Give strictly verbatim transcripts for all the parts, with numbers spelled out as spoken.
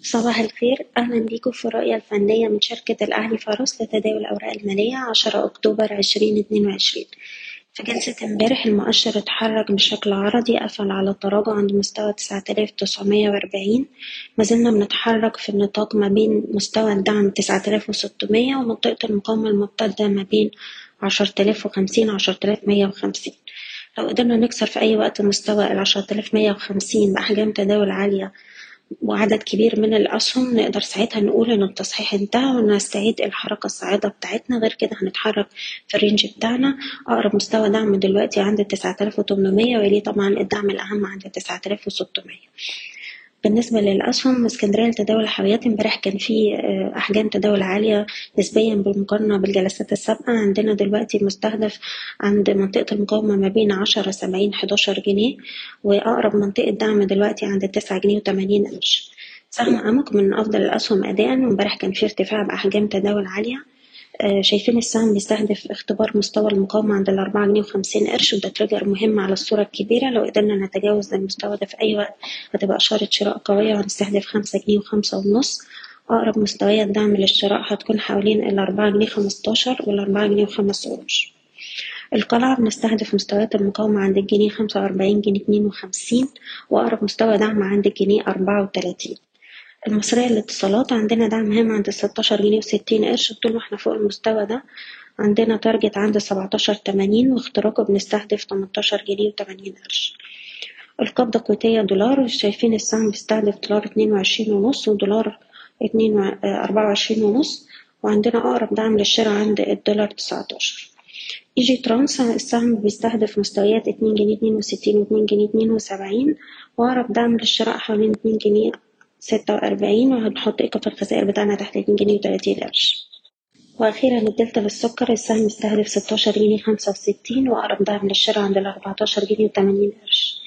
صباح الخير، أهلا بيكم في الرؤية الفنية من شركة الأهلي فارس لتداول الأوراق المالية عشرة أكتوبر عشرين اتنين وعشرين. في جلسة امبارح المؤشر اتحرك بشكل عرضي، قفل على تراجع عند مستوى تسعة آلاف تسعمية وأربعين. مازلنا بنتحرك في النطاق ما بين مستوى الدعم تسعة آلاف وستمية ومنطقة المقاومة الممتدة ما بين عشرة آلاف وخمسين عشرة آلاف مية وخمسين. لو قدرنا نكسر في أي وقت مستوى العشرة آلاف مية وخمسين بأحجام تداول عالية وعدد كبير من الأسهم، نقدر ساعتها نقول إن التصحيح انتهى ونستعيد الحركة الصاعدة بتاعتنا. غير كده هنتحرك في الرينج بتاعنا. أقرب مستوى دعم دلوقتي عند تسعة آلاف وتمنمية، ويليه طبعا الدعم الأهم عند تسعة آلاف وستمية. بالنسبة للأسهم، اسكندرية لتداول الحاويات امبارح كان في أحجام تداول عالية نسبيا بالمقارنة بالجلسات السابقة. عندنا دلوقتي مستهدف عند منطقة المقاومة ما بين عشرة سبعين حداشر جنيه، وأقرب منطقة دعم دلوقتي عند تسعة جنيه وتمانين قرش. سهم أمك من أفضل الأسهم أداءً، وامبارح كان في ارتفاع بأحجام تداول عالية. آه، شايفين السهم بيستهدف اختبار مستوى المقاومة عند الأربعة جنيه وخمسين قرش، وده تريجر مهم على الصورة الكبيرة. لو قدرنا نتجاوز المستوى ده في أي وقت هتبقى إشارة شراء قوية، وهنستهدف خمسة جنيه وخمسة ونص. أقرب مستويات دعم للشراء هتكون حوالين الأربعة جنيه خمستاشر والأربعة جنيه وخمس قروش. القلعة بنستهدف مستويات المقاومة عند الجنيه خمسة وأربعين جنيه اتنين وخمسين، وأقرب مستوى دعم عند الجنيه أربعة وتلاتين. المصرية للاتصالات عندنا دعم هام عند ستاشر جنيه وستين قرش. طول ما احنا فوق المستوى ده عندنا تارجت عند سبعتاشر تمانين، واختراقه بنستهدف تمنتاشر جنيه وتمانين قرش. القبضة الكويتية دولار، شايفين السهم بيستهدف دولار اتنين وعشرين ونص ودولار اتنين أربعة وعشرين ونص، وعندنا أقرب دعم للشراء عند الدولار تسعتاشر. ايجي ترانس السهم بيستهدف مستويات اتنين جنيه اتنين وستين واتنين جنيه اتنين وسبعين، وأقرب دعم للشراء حوالين اتنين جنيه ستة وأربعين، وهنحط إيقاف الخسائر بتاعنا تحت اتنين جنيه وتلاتين قرش. وأخيرا الدلتا للسكر، السهم يستهدف ستاشر جنيه خمسة وستين، وأقرب دعم للشراء عند الأربعتاشر جنيه وتمانين قرش.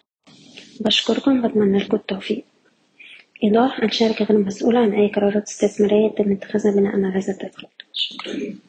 بشكركم، بتمنى لكم التوفيق. إيضاح: الشركة غير مسؤولة عن أي قرارات استثمارية يتم اتخاذها بناء على هذا التسجيل. شكرا.